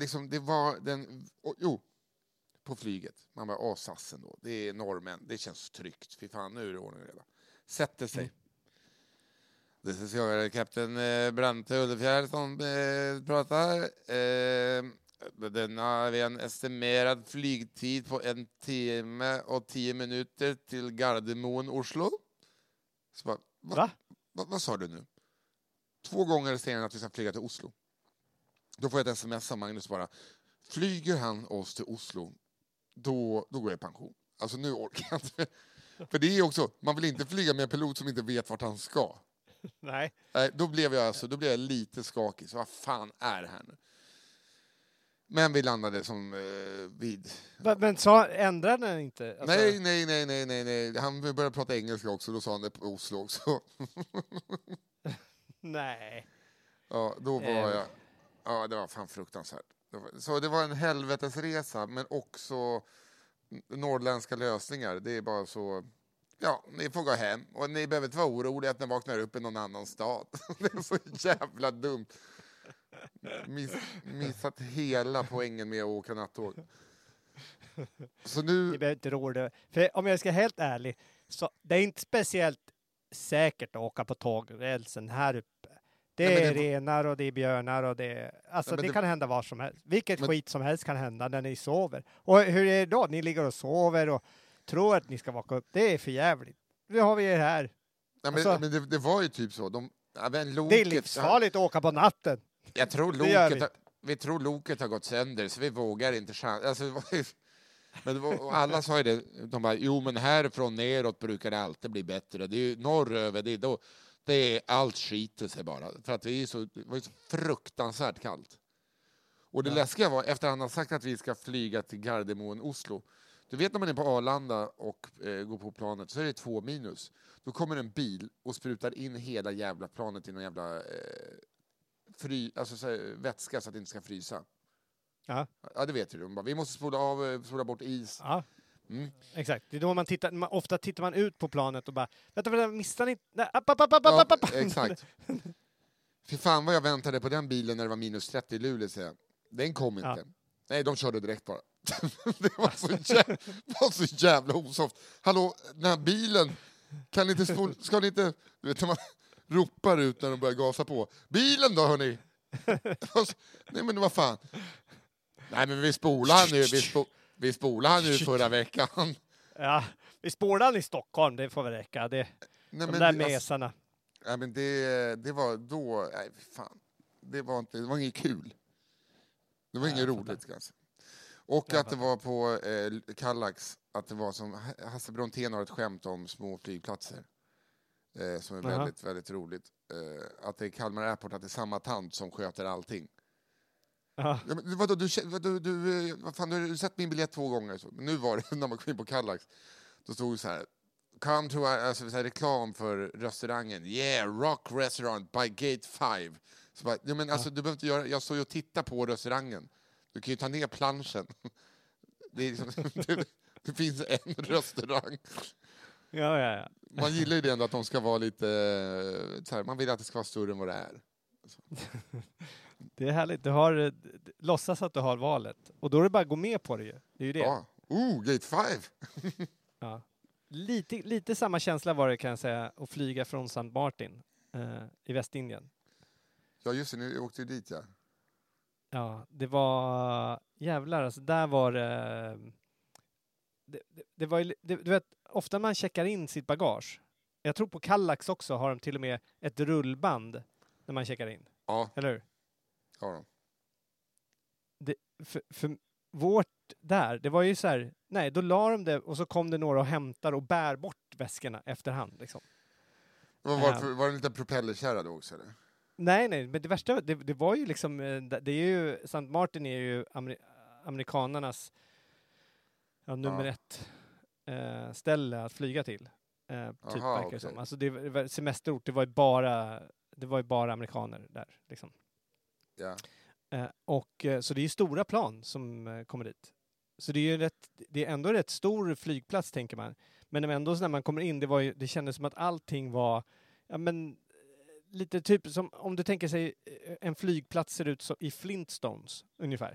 A: på flyget. Man bara, SAS ändå. Det är norrmän. Det känns tryggt. Fy fan, nu är det ordning redan. Sätter sig. Det är jag, kapten Brante Ullefjärd som pratar. Den har vi en estimerad flygtid på 1 timme och 10 minuter till Gardermoen, Oslo. Så bara,
B: Va?
A: Vad sa du nu? 2 gånger säger han att vi ska flyga till Oslo. Då får jag ett sms av Magnus bara. Flyger han oss till Oslo, då går jag i pension. Alltså nu orkar jag inte. För det är också, man vill inte flyga med en pilot som inte vet vart han ska.
B: Nej.
A: Då blev jag lite skakig. Så vad fan är det här nu? Men vi landade som vid...
B: Men ändrade den inte? Alltså...
A: Nej. Han började prata engelska också, då sa han det på Oslo också.
B: Nej.
A: Ja, då var jag... Ja, det var fan fruktansvärt. Så det var en helvetesresa, men också norrländska lösningar. Det är bara så... Ja, ni får gå hem. Och ni behöver inte vara oroliga att ni vaknar upp i någon annan stad. Det är så jävla dumt. Missat hela poängen med att åka nattåg. Så nu...
B: Ni behöver inte råda. För om jag ska helt ärlig, så det är inte speciellt säkert att åka på tågrälsen här uppe. Det är renar och det är björnar och det kan hända var som helst. Vilket skit som helst kan hända när ni sover. Och hur är det då? Ni ligger och sover och tror att ni ska vaka upp. Det är för jävligt. Nu har vi er här.
A: Ja, men det var ju typ så.
B: Det är livsfarligt att åka på natten.
A: Jag tror vi tror loket har gått sönder så vi vågar inte men alla sa ju det. De bara, jo men härifrån neråt brukar det alltid bli bättre. Det är ju norröver, det är allt skiter sig bara. För att det var så fruktansvärt kallt. Och det läskiga var, efter han har sagt att vi ska flyga till Gardermoen, Oslo. Du vet när man är på Arlanda och går på planet så är det 2 minus. Då kommer en bil och sprutar in hela jävla planet i någon jävla vätska så att det inte ska frysa. Ja, det vet du. Vi måste spola bort is.
B: Ja. Mm. Exakt. Det är då ofta tittar man ut på planet och bara vänta, missar ni?
A: Exakt. Fy fan vad jag väntade på den bilen när det var minus 30 i Luleå. Den kom inte. Ja. Nej, de körde direkt bara. Det var så jävla osoft. Hallå, den här bilen ska ni inte, du vet när man ropar ut när de börjar gasa på. Bilen då hörni. Nej men vad fan. Nej men vi spolade han nu förra veckan.
B: Ja, vi spolade han i Stockholm, det får väl räcka. De där mesarna.
A: Nej men det var då, nej fan. Det var inget kul. Det var inget roligt kanske. Och att det var på Kallax, att det var som Hasse Brontén har ett skämt om små flygplatser. Som är väldigt, väldigt roligt. Att det är Kalmar Airport, att det är samma tant som sköter allting. Ja, men vadå, du har sett min biljett 2 gånger. Så. Men nu var det, när man kom in på Kallax, då stod det så här. Come to reklam för restaurangen. Yeah, Rock Restaurant by Gate 5. Så bara, ja, men alltså, du behöver inte göra, jag står ju och tittar på restaurangen. Du kan ju ta ner planschen. Det, är liksom, det finns en restaurang.
B: Ja.
A: Man gillar ju det ändå att de ska vara lite så här, man vill att det ska vara större än vad det är.
B: Det är härligt. Du har låtsas att du har valet. Och då är det bara att gå med på det ju. Det är ju det.
A: Ja. Gate 5.
B: Ja. Lite samma känsla var det kan jag säga att flyga från St. Martin i Västindien. Ja
A: just det, ni åkte ju dit ja.
B: Ja, det var jävlar alltså, där var det var ju, du vet, ofta man checkar in sitt bagage. Jag tror på Kallax också har de till och med ett rullband när man checkar in.
A: Ja.
B: Eller hur?
A: Ja.
B: För vårt där, det var ju så här, nej, då la de det och så kom det några och hämtar och bär bort väskorna efterhand liksom.
A: Var det lite propellerkärra då också eller?
B: Nej, men det värsta, det var ju liksom, det är ju, St. Martin är ju amerikanernas nummer 1 ställe att flyga till. Typ verkar det som. Alltså semesterort, det var ju bara amerikaner där liksom.
A: Ja.
B: Och så det är ju stora plan som kommer dit. Så det är ju det är ändå rätt stor flygplats tänker man. Men ändå så när man kommer in, det kändes som att allting var, ja men lite typ som om du tänker sig en flygplats ser ut så i Flintstones ungefär.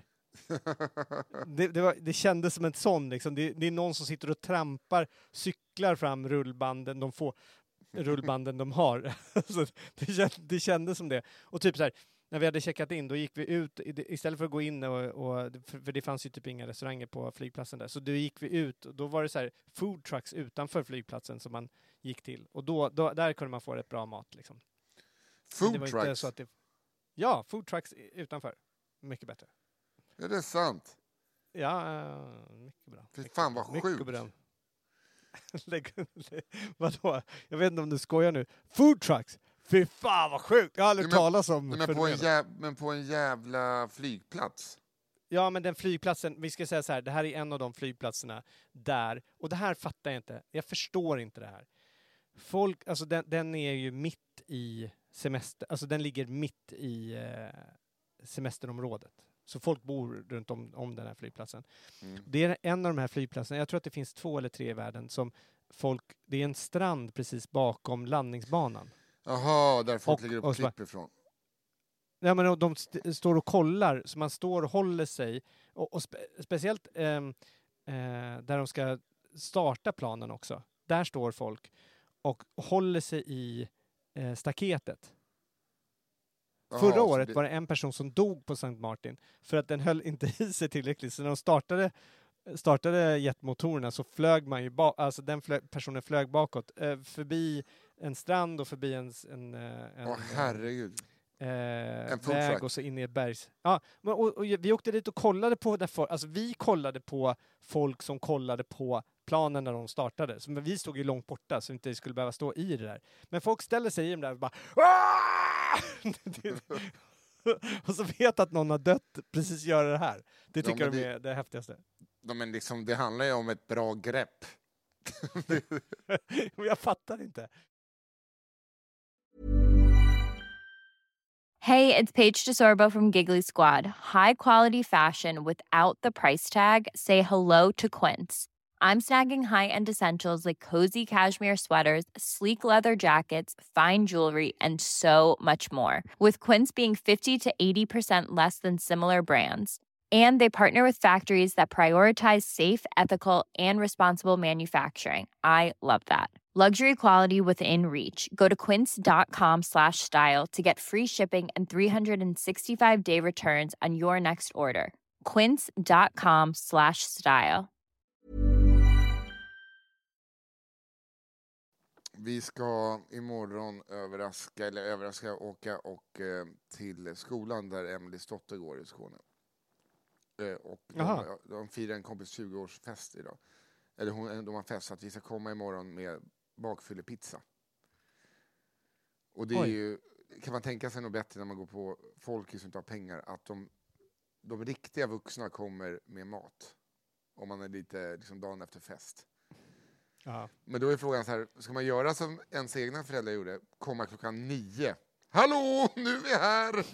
B: Det kändes som en sån liksom. Det är någon som sitter och trampar, cyklar fram rullbanden, de få rullbanden de har. Så det kändes som det. Och typ så här, när vi hade checkat in, då gick vi ut istället för att gå in för det fanns ju typ inga restauranger på flygplatsen där. Så då gick vi ut och då var det så här food trucks utanför flygplatsen som man gick till. Och då, där kunde man få rätt bra mat. Liksom.
A: Food
B: det var
A: trucks?
B: inte så att ja, food trucks utanför. Mycket bättre.
A: Är det sant?
B: Ja, mycket bra.
A: Fy fan vad sjukt.
B: Mycket bra. Vadå? Jag vet inte om du skojar nu. Food trucks? Fy fan vad sjukt! Jag har aldrig talat om...
A: Men på en jävla flygplats?
B: Ja, men den flygplatsen, vi ska säga så här, det här är en av de flygplatserna där, och det här fattar jag inte. Jag förstår inte det här. Folk, alltså den är ju mitt i semester, alltså den ligger mitt i semesterområdet. Så folk bor runt om den här flygplatsen. Det är en av de här flygplatserna, jag tror att det finns 2 eller 3 i världen som det är en strand precis bakom landningsbanan.
A: Jaha, där folk lägger upp klipp ifrån.
B: Ja, men de står och kollar, så man står och håller sig. Och speciellt där de ska starta planen också. Där står folk och håller sig i staketet. Förra året var det en person som dog på St. Martin för att den höll inte i sig tillräckligt. Så när de startade jetmotorerna så flög man ju alltså personen flög bakåt förbi en strand och förbi en
A: herregud.
B: En väg och så in i ett bergs. Ja, och vi åkte dit och kollade på vi kollade på folk som kollade på planen när de startade. Så vi stod ju långt borta så vi inte skulle behöva stå i det där. Men folk ställer sig i dem där och bara och så vet att någon har dött precis göra det här. Det tycker de är det häftigaste.
A: Ja, men liksom, det handlar ju om ett bra grepp.
B: Jag fattar inte.
G: Hey, it's Paige DeSorbo from Giggly Squad. High quality fashion without the price tag. Say hello to Quince. I'm snagging high-end essentials like cozy cashmere sweaters, sleek leather jackets, fine jewelry, and so much more. With Quince being 50 to 80% less than similar brands. And they partner with factories that prioritize safe, ethical, and responsible manufacturing. I love that. Luxury quality within reach. Go to quince.com/style to get free shipping and 365-day returns on your next order. Quince.com/style.
A: Vi ska imorgon åka till skolan där Emelies dotter går i Skåne. Och de firar en kompis 20-årsfest idag. Eller de har fest, så att vi ska komma imorgon med bakfyllepizza. Och det är ju, kan man tänka sig något bättre när man går på folk som inte har pengar, att de riktiga vuxna kommer med mat. Om man är lite liksom dagen efter fest.
B: Ja.
A: Men då är frågan så här, ska man göra som ens egna föräldrar gjorde? Komma 9:00. Hallå, nu är vi här!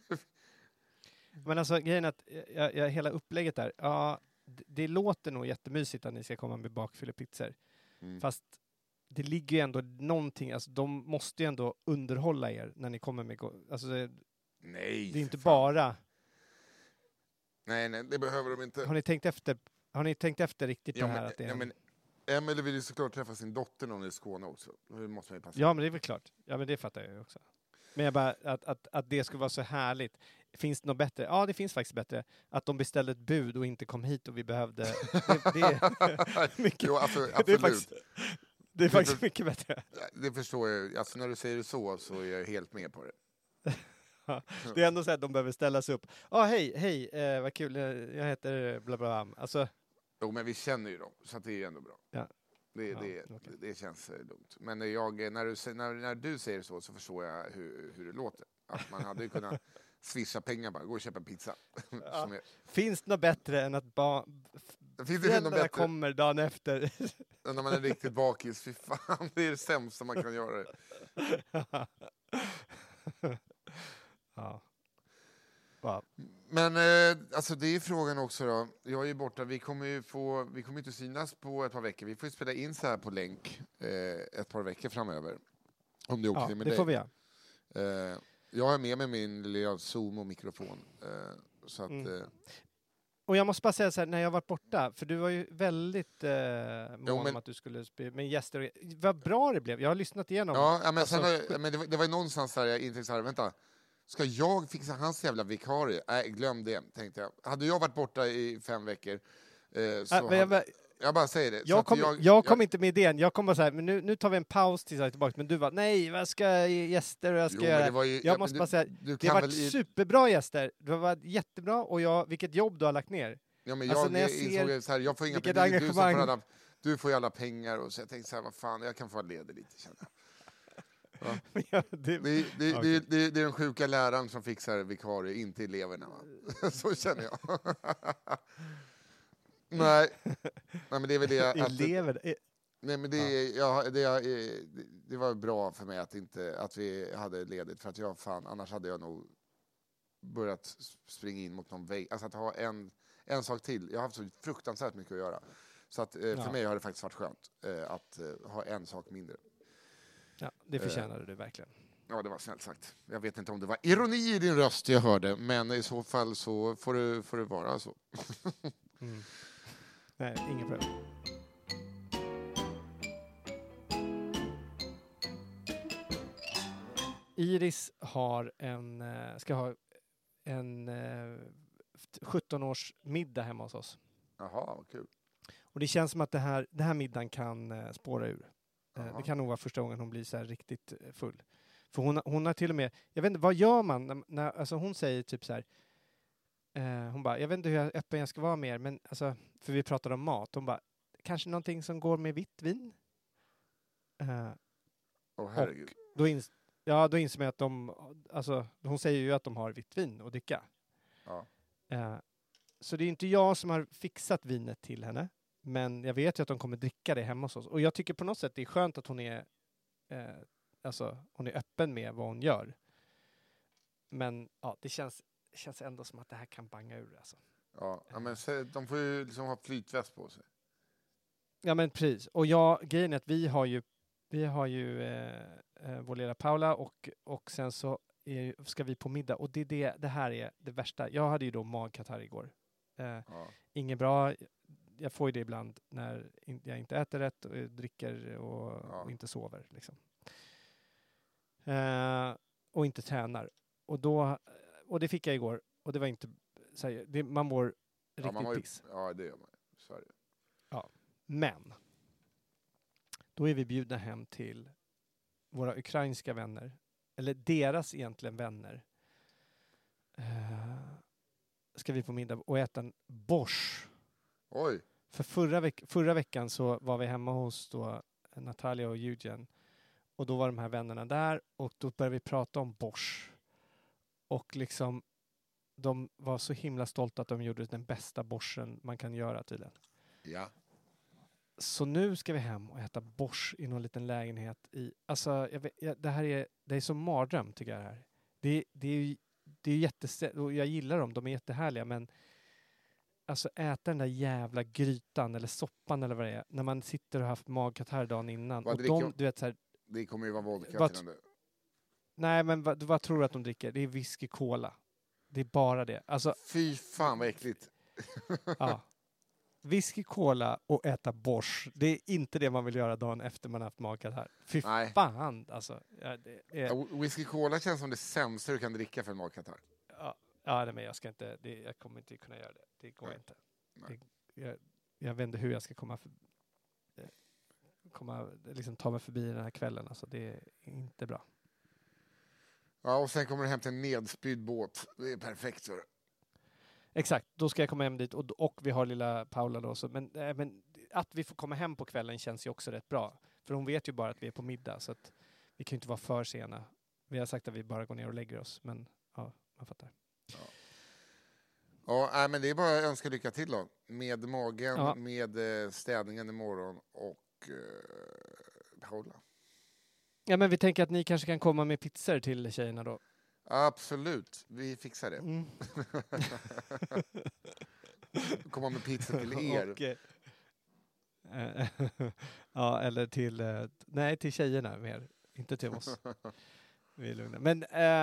B: Men alltså grejen är att hela upplägget där, ja, det låter nog jättemysigt att ni ska komma med bakfyllepizzor. Fast det ligger ju ändå någonting, alltså de måste ju ändå underhålla er när ni kommer med, alltså
A: nej,
B: det är inte bara.
A: Nej, det behöver de inte.
B: Har ni tänkt efter riktigt på det här? Att det är
A: men Emelie vill ju såklart träffa sin dotter någon i Skåne också. Det måste man ju passa.
B: Ja, men det är väl klart. Ja, men det fattar jag ju också. Men jag bara, att det skulle vara så härligt. Finns det något bättre? Ja, det finns faktiskt bättre. Att de beställde ett bud och inte kom hit och vi behövde... Det är mycket,
A: jo, absolut.
B: Det är faktiskt mycket bättre.
A: Det förstår jag. Alltså när du säger det så är jag helt med på det.
B: Det är ändå så att de behöver ställa sig upp. Hej, vad kul. Jag heter bla bla bla. Alltså...
A: Jo, men vi känner ju dem, så att det är ändå bra.
B: Ja.
A: Det känns lugnt. Men när du säger så förstår jag hur det låter. Att man hade ju kunnat swisha pengar, bara gå och köpa en pizza.
B: Ja. Finns det något bättre än att föräldrarna kommer dagen efter?
A: När man är riktigt bakis, fy fan, det är det sämsta man kan göra.
B: Ja. Wow.
A: Men alltså det är frågan också då. Jag är ju borta, vi kommer inte synas på ett par veckor. Vi får ju spela in så här på länk ett par veckor framöver. Om det är okej med dig.
B: Det får vi göra.
A: Jag har med mig min lilla Zoom och mikrofon. Så att,
B: och jag måste bara säga så här, när jag varit borta, för du var ju väldigt mån om att du skulle spela med gäster. Vad bra det blev. Jag har lyssnat igenom.
A: Ja, men, det var ju någonstans där jag inte så här, vänta. Ska jag fixa hans jävla vikarie? Nej, glöm det, tänkte jag. Hade jag varit borta i 5 veckor Jag bara säger det.
B: Jag kom inte med idén. Jag kom bara så här, men nu tar vi en paus tills jag är tillbaka. Men du var nej, vad ska jag gäster och jag ska göra? Jag måste bara säga, det har varit superbra gäster. Det har varit jättebra och vilket jobb du har lagt ner.
A: Ja, men
B: alltså,
A: jag får inga pengar. Du får ju alla pengar och så jag tänkte så här, vad fan, jag kan få vara ledig lite, känner jag. Ja. Det är den sjuka läraren som fixar vikarie, inte eleverna. Va? Så känner jag. Nej, men det är väl det.
B: Elever?
A: Nej, men det var bra för mig att vi hade ledigt. För att annars hade jag nog börjat springa in mot någon vägg. Alltså att ha en sak till. Jag har haft så fruktansvärt mycket att göra. Så att för mig har det faktiskt varit skönt att ha en sak mindre.
B: Ja, det förtjänade du verkligen.
A: Ja, det var snällt sagt. Jag vet inte om det var ironi i din röst jag hörde, men i så fall så får det vara så.
B: Nej, ingen problem. Iris ska ha en 17-års middag hemma hos oss.
A: Jaha, vad kul.
B: Och det känns som att det här middagen kan spåra ur. Det kan nog vara första gången hon blir så här riktigt full. För hon har till och med, jag vet inte, vad gör man när alltså hon säger typ så här, hon bara, jag vet inte hur öppen jag ska vara mer, men alltså, för vi pratade om mat, hon bara, kanske någonting som går med vitt vin?
A: Herregud.
B: Och då inser man att hon säger ju att de har vitt vin att dricka.
A: Ja.
B: Så det är inte jag som har fixat vinet till henne. Men jag vet ju att de kommer dricka det hemma hos oss. Och jag tycker på något sätt det är skönt att hon är öppen med vad hon gör. Men ja, det känns ändå som att det här kan banga ur. Alltså.
A: Ja, men de får ju liksom ha flytväst på sig.
B: Ja, men precis. Och grejen är att vi har ju vår lilla Paula och sen så ska vi på middag. Och det här är det värsta. Jag hade ju då magkatarr igår. Inget bra. Jag får ju det ibland när jag inte äter rätt och dricker och inte sover. Liksom. Och inte tränar. Och det fick jag igår. Och det var inte... man mår riktigt piss.
A: Ja, det gör man. Så är det.
B: Ja. Men då är vi bjudna hem till våra ukrainska vänner. Eller deras egentligen vänner. Ska vi på middag och äta en borsch.
A: Oj.
B: För förra veckan så var vi hemma hos då Natalia och Eugen. Och då var de här vännerna där. Och då började vi prata om borsch. Och liksom de var så himla stolta att de gjorde den bästa borschen man kan göra tydligen. Ja. Så nu ska vi hem och äta borsch i någon liten lägenhet i... Alltså, det är så mardröm tycker jag det här. Det är och jag gillar dem, de är jättehärliga, men alltså äta den där jävla grytan eller soppan eller vad det är, när man sitter och har haft magkatarr dagen innan. Du vet, så här,
A: det kommer ju vara vodka till den.
B: Nej, men vad tror du att de dricker? Det är whisky cola. Det är bara det. Alltså,
A: fy fan vad äckligt.
B: Ja. Whisky cola och äta borsch. Det är inte det man vill göra dagen efter man haft magkatarr. Fy fan alltså.
A: Whisky cola känns som det sämsta du kan dricka för en magkatarr.
B: Ja, men jag kommer inte kunna göra det. Det går inte. Jag vet inte hur jag ska liksom ta mig förbi den här kvällen. Alltså, det är inte bra.
A: Ja, och sen kommer du hem till en nedspydd båt. Det är perfekt för det.
B: Exakt, då ska jag komma hem dit och vi har lilla Paula då. Så, men att vi får komma hem på kvällen känns ju också rätt bra. För hon vet ju bara att vi är på middag, så att vi kan ju inte vara för sena. Vi har sagt att vi bara går ner och lägger oss, men ja, man fattar.
A: Ja, men det är bara att önska lycka till då. Med magen, med städningen imorgon och Paula.
B: Ja, men vi tänker att ni kanske kan komma med pizzor till tjejerna då.
A: Absolut, vi fixar det. Komma med pizza till er.
B: Ja, eller till tjejerna mer. Inte till oss. Vi är lugna. Men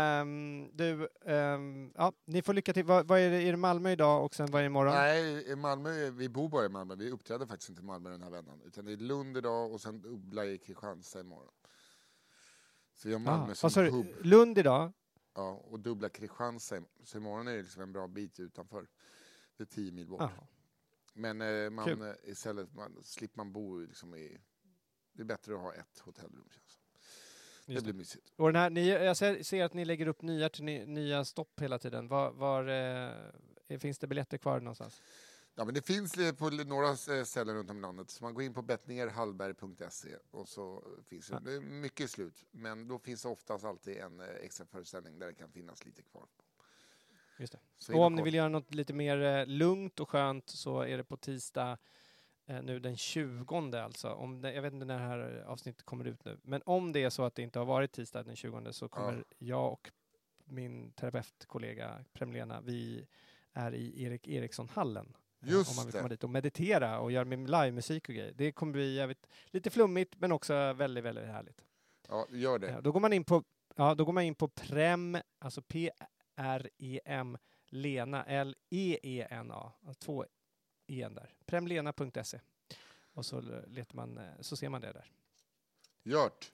B: ni får lycka till. Vad är det i Malmö idag och sen vad är det imorgon?
A: Nej, i Malmö, vi bor bara i Malmö. Vi uppträder faktiskt inte i Malmö den här vändan. Utan det är Lund idag och sen Ubbla i Kristianstad imorgon. Så vi har Malmö som hubb.
B: Lund idag?
A: Ja, och dubbla Kristianstad. Så imorgon är det liksom en bra bit utanför. Det är 10 mil bort. Men istället slipper man bo liksom det är bättre att ha ett hotellrum. Det blir mysigt.
B: Och jag ser att ni lägger upp nya stopp hela tiden. Var finns det biljetter kvar någonstans?
A: Ja, men det finns på några ställen runt om i landet. Så man går in på bettnerhallberg.se och så finns det är mycket slut. Men då finns det oftast alltid en extra föreställning där det kan finnas lite kvar.
B: Just det. Och om ni vill göra något lite mer lugnt och skönt så är det på tisdag nu den 20 alltså. Jag vet inte när det här avsnittet kommer ut nu. Men om det är så att det inte har varit tisdag den 20 så kommer jag och min terapeutkollega Prem-Lena, vi är i Erik Eriksson-hallen. Om man vill komma dit och meditera och göra med livemusik och grejer. Det kommer bli lite flummigt men också väldigt, väldigt härligt.
A: Ja, gör det.
B: Då går man in på Prem, alltså P-R-E-M, Lena, L-E-E-N-A. Alltså 2 E-N där. Premlena.se. Och så letar man, så ser man det där.
A: Gjort.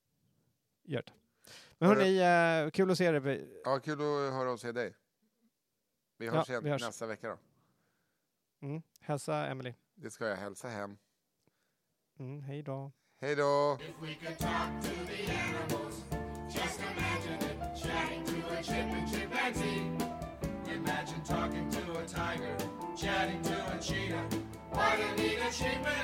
B: Men hörni, kul att se er.
A: Ja, kul att höra och se dig. Vi hörs nästa vecka då.
B: Hälsa Emily.
A: Det ska jag hälsa hem.
B: Hej då.
A: Hej då.
H: If we could talk to the animals, just imagine it, chatting to a chip and chimpanzee. Imagine talking to a tiger, chatting to a cheetah. What a neat achievement.